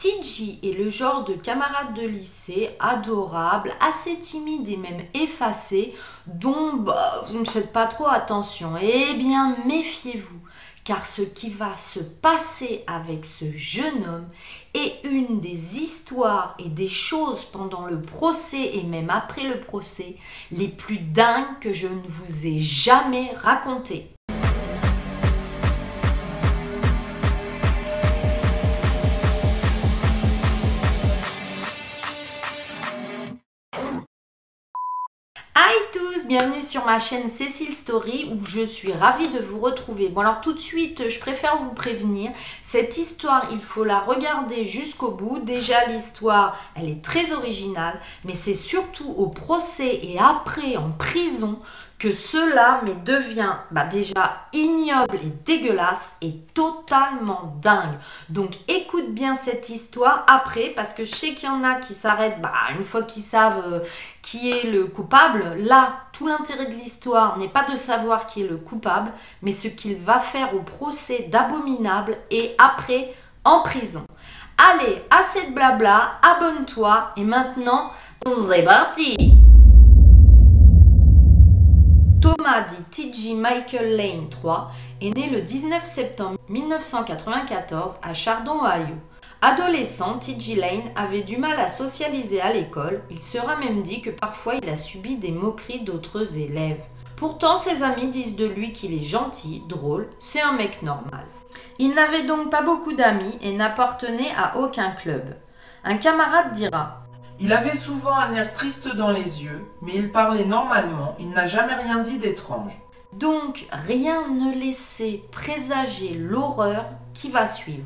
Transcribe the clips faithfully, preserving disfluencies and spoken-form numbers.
T J est le genre de camarade de lycée adorable, assez timide et même effacé, dont bah, vous ne faites pas trop attention. Eh bien, méfiez-vous, car ce qui va se passer avec ce jeune homme est une des histoires et des choses pendant le procès et même après le procès les plus dingues que je ne vous ai jamais racontées. Hi tous, bienvenue sur ma chaîne Cécile Story où je suis ravie de vous retrouver. Bon alors tout de suite, je préfère vous prévenir, cette histoire, il faut la regarder jusqu'au bout. Déjà l'histoire, elle est très originale, mais c'est surtout au procès et après en prison que cela mais devient bah, déjà ignoble et dégueulasse et totalement dingue. Donc écoute bien cette histoire après, parce que je sais qu'il y en a qui s'arrêtent bah, une fois qu'ils savent euh, qui est le coupable. Là, tout l'intérêt de l'histoire n'est pas de savoir qui est le coupable, mais ce qu'il va faire au procès d'abominable et après en prison. Allez, assez de blabla, abonne-toi et maintenant, c'est parti! Thomas dit T J Michael Lane trois est né le dix-neuf septembre mille neuf cent quatre-vingt-quatorze à Chardon, Ohio. Adolescent, T J Lane avait du mal à socialiser à l'école, il sera même dit que parfois il a subi des moqueries d'autres élèves. Pourtant ses amis disent de lui qu'il est gentil, drôle, c'est un mec normal. Il n'avait donc pas beaucoup d'amis et n'appartenait à aucun club. Un camarade dira: il avait souvent un air triste dans les yeux, mais il parlait normalement, il n'a jamais rien dit d'étrange. Donc rien ne laissait présager l'horreur qui va suivre.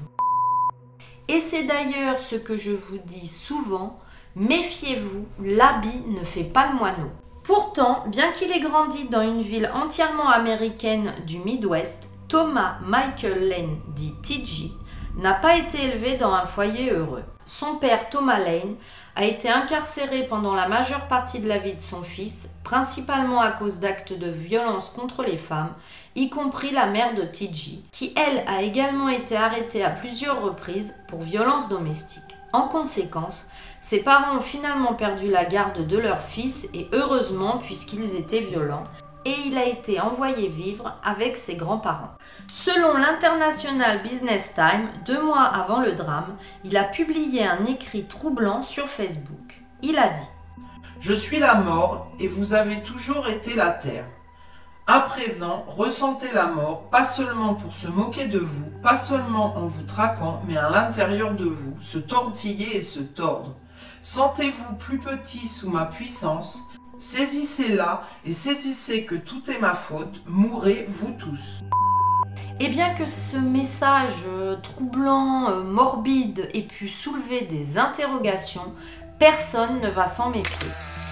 Et c'est d'ailleurs ce que je vous dis souvent, méfiez-vous, l'habit ne fait pas le moineau. Pourtant, bien qu'il ait grandi dans une ville entièrement américaine du Midwest, Thomas Michael Lane, dit T J, n'a pas été élevé dans un foyer heureux. Son père, Thomas Lane, a été incarcéré pendant la majeure partie de la vie de son fils, principalement à cause d'actes de violence contre les femmes, y compris la mère de T J, qui elle a également été arrêtée à plusieurs reprises pour violences domestiques. En conséquence, ses parents ont finalement perdu la garde de leur fils, et heureusement puisqu'ils étaient violents, et il a été envoyé vivre avec ses grands-parents. Selon l'International Business Times, deux mois avant le drame, il a publié un écrit troublant sur Facebook. Il a dit: « Je suis la mort et vous avez toujours été la terre. À présent, ressentez la mort, pas seulement pour se moquer de vous, pas seulement en vous traquant, mais à l'intérieur de vous, se tortiller et se tordre. Sentez-vous plus petit sous ma puissance. Saisissez-la et saisissez que tout est ma faute, mourrez vous tous. » Et bien que ce message euh, troublant, euh, morbide ait pu soulever des interrogations, personne ne va s'en méfier.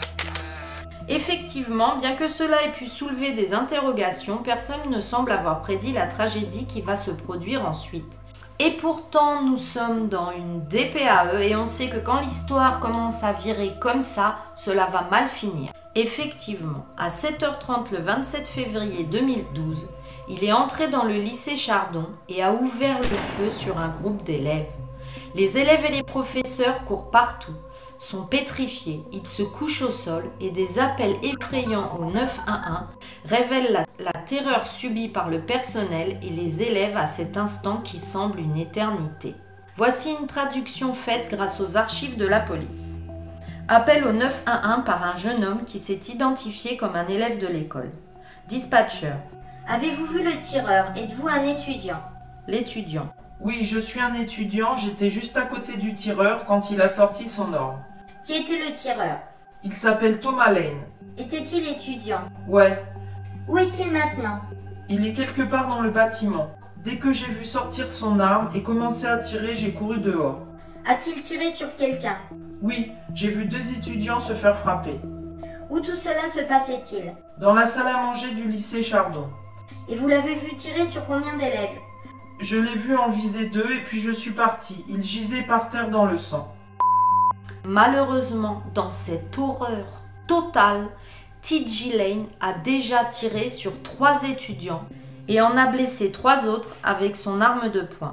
Effectivement, bien que cela ait pu soulever des interrogations, personne ne semble avoir prédit la tragédie qui va se produire ensuite. Et pourtant, nous sommes dans une D P A E et on sait que quand l'histoire commence à virer comme ça, cela va mal finir. Effectivement, à sept heures trente le vingt-sept février deux mille douze, il est entré dans le lycée Chardon et a ouvert le feu sur un groupe d'élèves. Les élèves et les professeurs courent partout, sont pétrifiés, ils se couchent au sol et des appels effrayants au neuf un un révèlent la, la terreur subie par le personnel et les élèves à cet instant qui semble une éternité. Voici une traduction faite grâce aux archives de la police. Appel au neuf un un par un jeune homme qui s'est identifié comme un élève de l'école. Dispatcher. Avez-vous vu le tireur? Êtes-vous un étudiant? L'étudiant. Oui, je suis un étudiant, j'étais juste à côté du tireur quand il a sorti son ordre. Qui était le tireur? Il s'appelle Thomas Lane. Était-il étudiant? Ouais. Où est-il maintenant? Il est quelque part dans le bâtiment. Dès que j'ai vu sortir son arme et commencer à tirer, j'ai couru dehors. A-t-il tiré sur quelqu'un? Oui, j'ai vu deux étudiants se faire frapper. Où tout cela se passait-il? Dans la salle à manger du lycée Chardon. Et vous l'avez vu tirer sur combien d'élèves? Je l'ai vu en viser deux et puis je suis parti. Il gisait par terre dans le sang. Malheureusement, dans cette horreur totale, T J Lane a déjà tiré sur trois étudiants et en a blessé trois autres avec son arme de poing.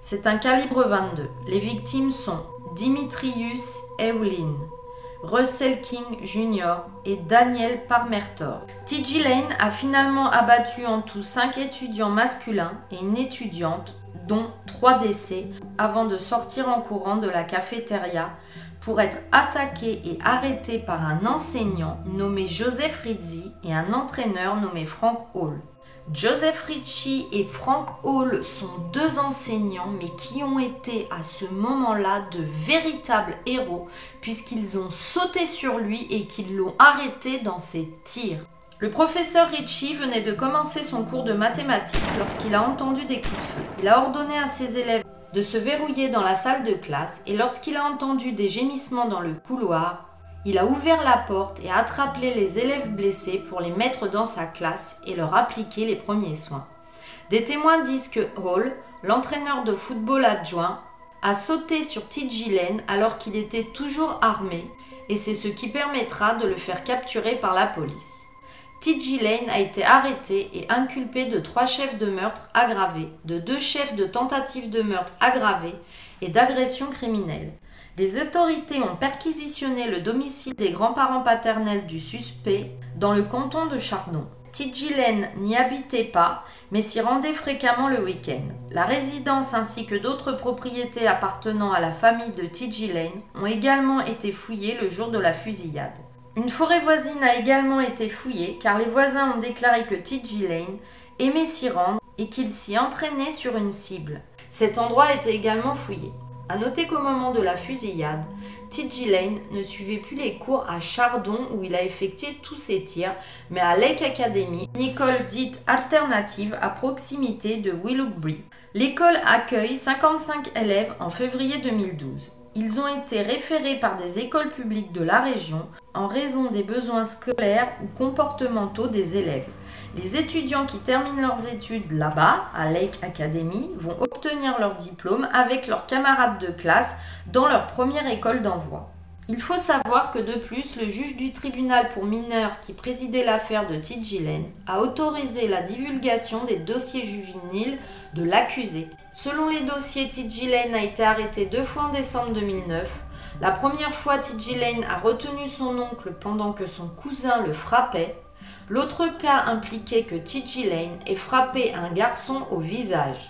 C'est un calibre vingt-deux. Les victimes sont Dimitrius Eulin, Russell King Junior et Daniel Parmertor. T G Lane a finalement abattu en tout cinq étudiants masculins et une étudiante, dont trois décès, avant de sortir en courant de la cafétéria pour être attaqué et arrêté par un enseignant nommé Joseph Rizzi et un entraîneur nommé Frank Hall. Joseph Rizzi et Frank Hall sont deux enseignants, mais qui ont été à ce moment-là de véritables héros, puisqu'ils ont sauté sur lui et qu'ils l'ont arrêté dans ses tirs. Le professeur Rizzi venait de commencer son cours de mathématiques lorsqu'il a entendu des coups de feu. Il a ordonné à ses élèves de se verrouiller dans la salle de classe et lorsqu'il a entendu des gémissements dans le couloir, il a ouvert la porte et a attrapé les élèves blessés pour les mettre dans sa classe et leur appliquer les premiers soins. Des témoins disent que Hall, l'entraîneur de football adjoint, a sauté sur T G Lane alors qu'il était toujours armé et c'est ce qui permettra de le faire capturer par la police. T G Lane a été arrêté et inculpé de trois chefs de meurtre aggravés, de deux chefs de tentative de meurtre aggravés et d'agression criminelle. Les autorités ont perquisitionné le domicile des grands-parents paternels du suspect dans le canton de Chardon. T G Lane n'y habitait pas, mais s'y rendait fréquemment le week-end. La résidence ainsi que d'autres propriétés appartenant à la famille de T G Lane ont également été fouillées le jour de la fusillade. Une forêt voisine a également été fouillée car les voisins ont déclaré que T G Lane aimait s'y rendre et qu'il s'y entraînait sur une cible. Cet endroit a été également fouillé. A noter qu'au moment de la fusillade, T G Lane ne suivait plus les cours à Chardon où il a effectué tous ses tirs, mais à Lake Academy, une école dite alternative à proximité de Willoughby. L'école accueille cinquante-cinq élèves en février deux mille douze. Ils ont été référés par des écoles publiques de la région en raison des besoins scolaires ou comportementaux des élèves. Les étudiants qui terminent leurs études là-bas, à Lake Academy, vont obtenir leur diplôme avec leurs camarades de classe dans leur première école d'envoi. Il faut savoir que de plus, le juge du tribunal pour mineurs qui présidait l'affaire de T G Lane a autorisé la divulgation des dossiers juvéniles de l'accusé. Selon les dossiers, T G Lane a été arrêté deux fois en décembre deux mille neuf. La première fois, T G Lane a retenu son oncle pendant que son cousin le frappait. L'autre cas impliquait que T G Lane ait frappé un garçon au visage.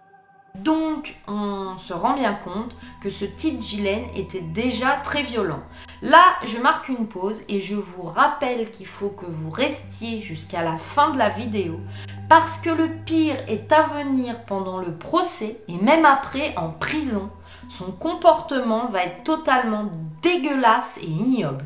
Donc, on se rend bien compte que ce T G Lane était déjà très violent. Là, je marque une pause et je vous rappelle qu'il faut que vous restiez jusqu'à la fin de la vidéo parce que le pire est à venir pendant le procès et même après en prison. Son comportement va être totalement dégueulasse et ignoble.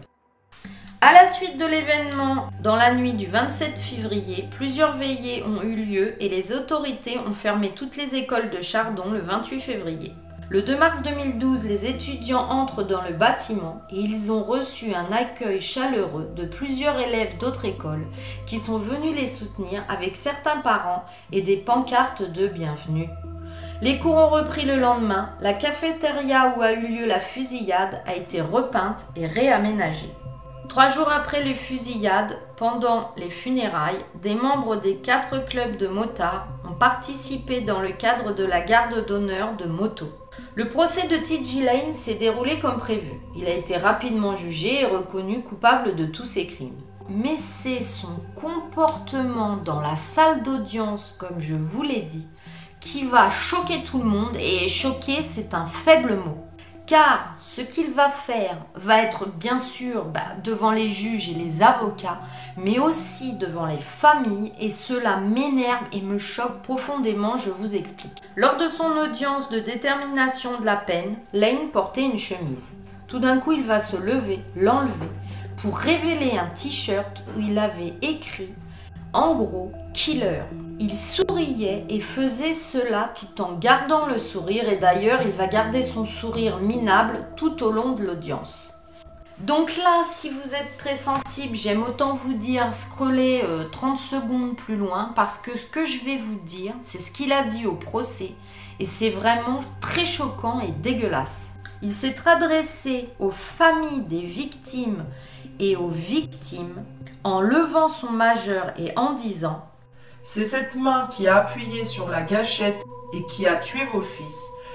À la suite de l'événement, dans la nuit du vingt-sept février, plusieurs veillées ont eu lieu et les autorités ont fermé toutes les écoles de Chardon le vingt-huit février. Le deux mars deux mille douze, les étudiants entrent dans le bâtiment et ils ont reçu un accueil chaleureux de plusieurs élèves d'autres écoles qui sont venus les soutenir avec certains parents et des pancartes de bienvenue. Les cours ont repris le lendemain, la cafétéria où a eu lieu la fusillade a été repeinte et réaménagée. Trois jours après les fusillades, pendant les funérailles, des membres des quatre clubs de motards ont participé dans le cadre de la garde d'honneur de moto. Le procès de T G Lane s'est déroulé comme prévu. Il a été rapidement jugé et reconnu coupable de tous ses crimes. Mais c'est son comportement dans la salle d'audience, comme je vous l'ai dit, qui va choquer tout le monde, et choquer c'est un faible mot. Car ce qu'il va faire va être bien sûr bah, devant les juges et les avocats, mais aussi devant les familles, et cela m'énerve et me choque profondément, je vous explique. Lors de son audience de détermination de la peine, Lane portait une chemise. Tout d'un coup, il va se lever, l'enlever, pour révéler un t-shirt où il avait écrit, en gros, « Killer ». Il souriait et faisait cela tout en gardant le sourire, et d'ailleurs il va garder son sourire minable tout au long de l'audience. Donc là, si vous êtes très sensible, j'aime autant vous dire scroller euh, trente secondes plus loin, parce que ce que je vais vous dire, c'est ce qu'il a dit au procès, et c'est vraiment très choquant et dégueulasse. Il s'est adressé aux familles des victimes et aux victimes en levant son majeur et en disant: c'est cette main qui a appuyé sur la gâchette et qui a tué vos fils.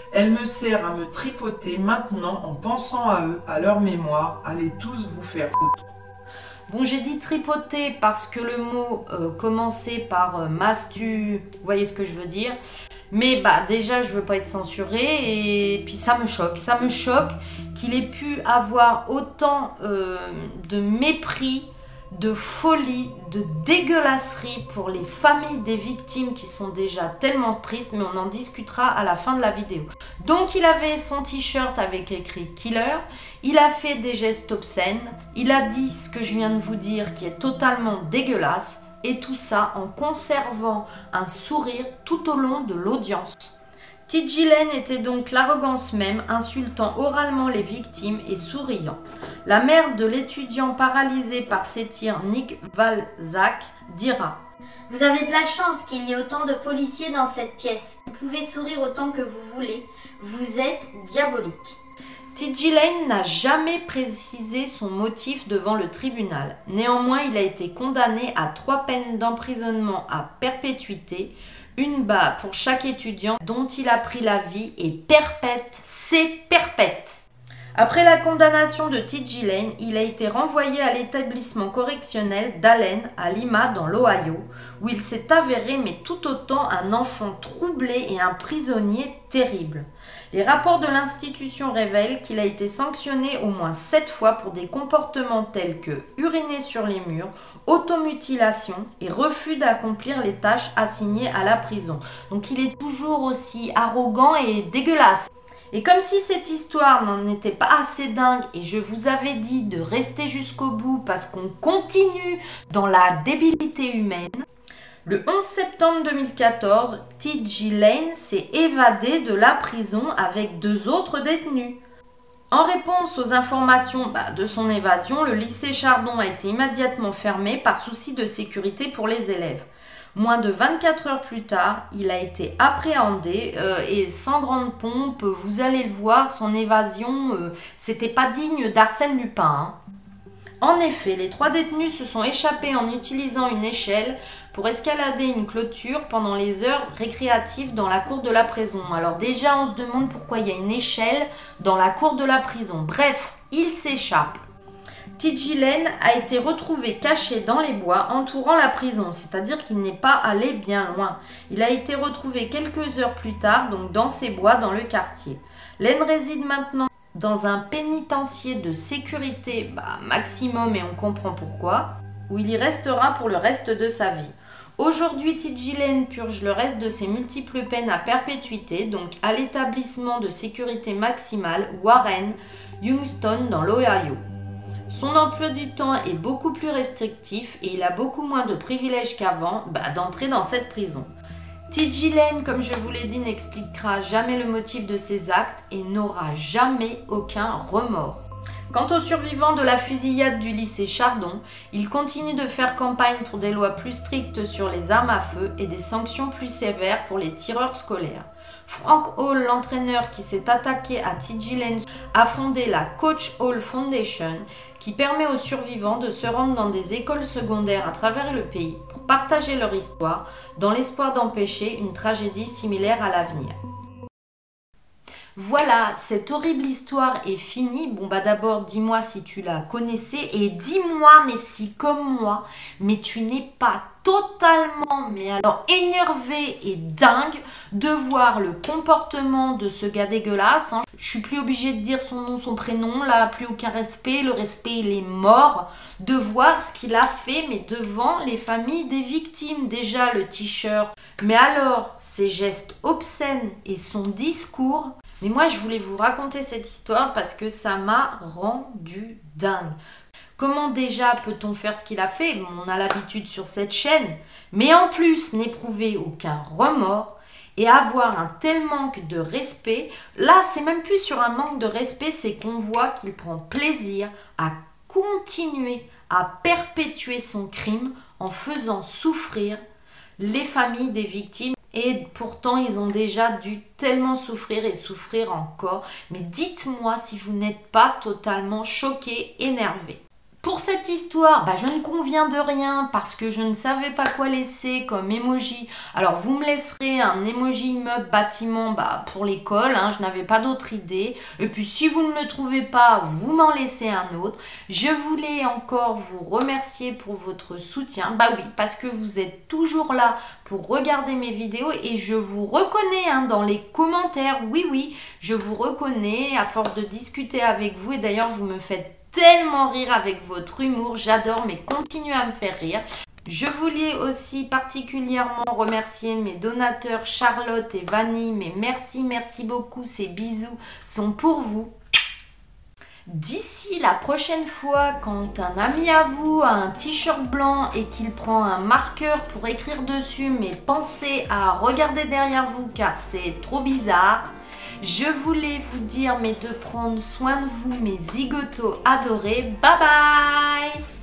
Elle me sert à me tripoter maintenant en pensant à eux, à leur mémoire. Allez tous vous faire foutre. Bon, j'ai dit tripoter parce que le mot euh, commençait par euh, mastu, vous voyez ce que je veux dire. Mais bah déjà, je veux pas être censurée et puis ça me choque. Ça me choque qu'il ait pu avoir autant euh, de mépris, de folie, de dégueulasserie pour les familles des victimes qui sont déjà tellement tristes, mais on en discutera à la fin de la vidéo. Donc il avait son t-shirt avec écrit Killer, il a fait des gestes obscènes, il a dit ce que je viens de vous dire qui est totalement dégueulasse, et tout ça en conservant un sourire tout au long de l'audience. T J Lane était donc l'arrogance même, insultant oralement les victimes et souriant. La mère de l'étudiant paralysé par ses tirs, Nick Valzac, dira « Vous avez de la chance qu'il y ait autant de policiers dans cette pièce. Vous pouvez sourire autant que vous voulez. Vous êtes diabolique. » T J Lane n'a jamais précisé son motif devant le tribunal. Néanmoins, il a été condamné à trois peines d'emprisonnement à perpétuité, une bas pour chaque étudiant dont il a pris la vie et perpète, c'est perpète. Après la condamnation de T J Lane, il a été renvoyé à l'établissement correctionnel d'Allen à Lima dans l'Ohio, où il s'est avéré mais tout autant un enfant troublé et un prisonnier terrible. Les rapports de l'institution révèlent qu'il a été sanctionné au moins sept fois pour des comportements tels que uriner sur les murs, automutilation et refus d'accomplir les tâches assignées à la prison. Donc il est toujours aussi arrogant et dégueulasse. Et comme si cette histoire n'en était pas assez dingue et je vous avais dit de rester jusqu'au bout parce qu'on continue dans la débilité humaine, le onze septembre deux mille quatorze, T J Lane s'est évadé de la prison avec deux autres détenus. En réponse aux informations bah, de son évasion, le lycée Chardon a été immédiatement fermé par souci de sécurité pour les élèves. Moins de vingt-quatre heures plus tard, il a été appréhendé euh, et sans grande pompe, vous allez le voir, son évasion, euh, c'était pas digne d'Arsène Lupin. Hein. En effet, les trois détenus se sont échappés en utilisant une échelle pour escalader une clôture pendant les heures récréatives dans la cour de la prison. Alors déjà, on se demande pourquoi il y a une échelle dans la cour de la prison. Bref, ils s'échappent. T J Lane a été retrouvé caché dans les bois entourant la prison, c'est-à-dire qu'il n'est pas allé bien loin. Il a été retrouvé quelques heures plus tard, donc dans ces bois dans le quartier. Lane réside maintenant dans un pénitencier de sécurité bah, maximum, et on comprend pourquoi, où il y restera pour le reste de sa vie. Aujourd'hui, T J Lane purge le reste de ses multiples peines à perpétuité, donc à l'établissement de sécurité maximale Warren Youngstown dans l'Ohio. Son emploi du temps est beaucoup plus restrictif et il a beaucoup moins de privilèges qu'avant bah, d'entrer dans cette prison. T J Lane, comme je vous l'ai dit, n'expliquera jamais le motif de ses actes et n'aura jamais aucun remords. Quant aux survivants de la fusillade du lycée Chardon, ils continuent de faire campagne pour des lois plus strictes sur les armes à feu et des sanctions plus sévères pour les tireurs scolaires. Frank Hall, l'entraîneur qui s'est attaqué à T J Lane, a fondé la Coach Hall Foundation qui permet aux survivants de se rendre dans des écoles secondaires à travers le pays pour partager leur histoire dans l'espoir d'empêcher une tragédie similaire à l'avenir. Voilà, cette horrible histoire est finie. Bon bah d'abord dis-moi si tu la connaissais et dis-moi mais si comme moi, mais tu n'es pas totalement, mais alors énervé et dingue de voir le comportement de ce gars dégueulasse. Hein. Je suis plus obligée de dire son nom, son prénom, là, plus aucun respect, le respect il est mort. De voir ce qu'il a fait, mais devant les familles des victimes. Déjà le t-shirt, mais alors ses gestes obscènes et son discours. Mais moi, je voulais vous raconter cette histoire parce que ça m'a rendu dingue. Comment déjà peut-on faire ce qu'il a fait? On a l'habitude sur cette chaîne. Mais en plus, n'éprouver aucun remords et avoir un tel manque de respect. Là, c'est même plus sur un manque de respect, c'est qu'on voit qu'il prend plaisir à continuer à perpétuer son crime en faisant souffrir les familles des victimes. Et pourtant, ils ont déjà dû tellement souffrir et souffrir encore. Mais dites-moi si vous n'êtes pas totalement choqués, énervés. Pour cette histoire, bah, je ne conviens de rien parce que je ne savais pas quoi laisser comme emoji. Alors vous me laisserez un emoji immeuble bâtiment bah, pour l'école, hein, je n'avais pas d'autre idée. Et puis si vous ne le trouvez pas, vous m'en laissez un autre. Je voulais encore vous remercier pour votre soutien. Bah oui, parce que vous êtes toujours là pour regarder mes vidéos et je vous reconnais hein, dans les commentaires. Oui, oui, je vous reconnais à force de discuter avec vous et d'ailleurs vous me faites tellement rire avec votre humour, j'adore, mais continuez à me faire rire. Je voulais aussi particulièrement remercier mes donateurs Charlotte et Vanille, mais merci, merci beaucoup, ces bisous sont pour vous. D'ici la prochaine fois, quand un ami à vous a un t-shirt blanc et qu'il prend un marqueur pour écrire dessus, mais pensez à regarder derrière vous car c'est trop bizarre. Je voulais vous dire mais de prendre soin de vous mes zigotos adorés. Bye bye!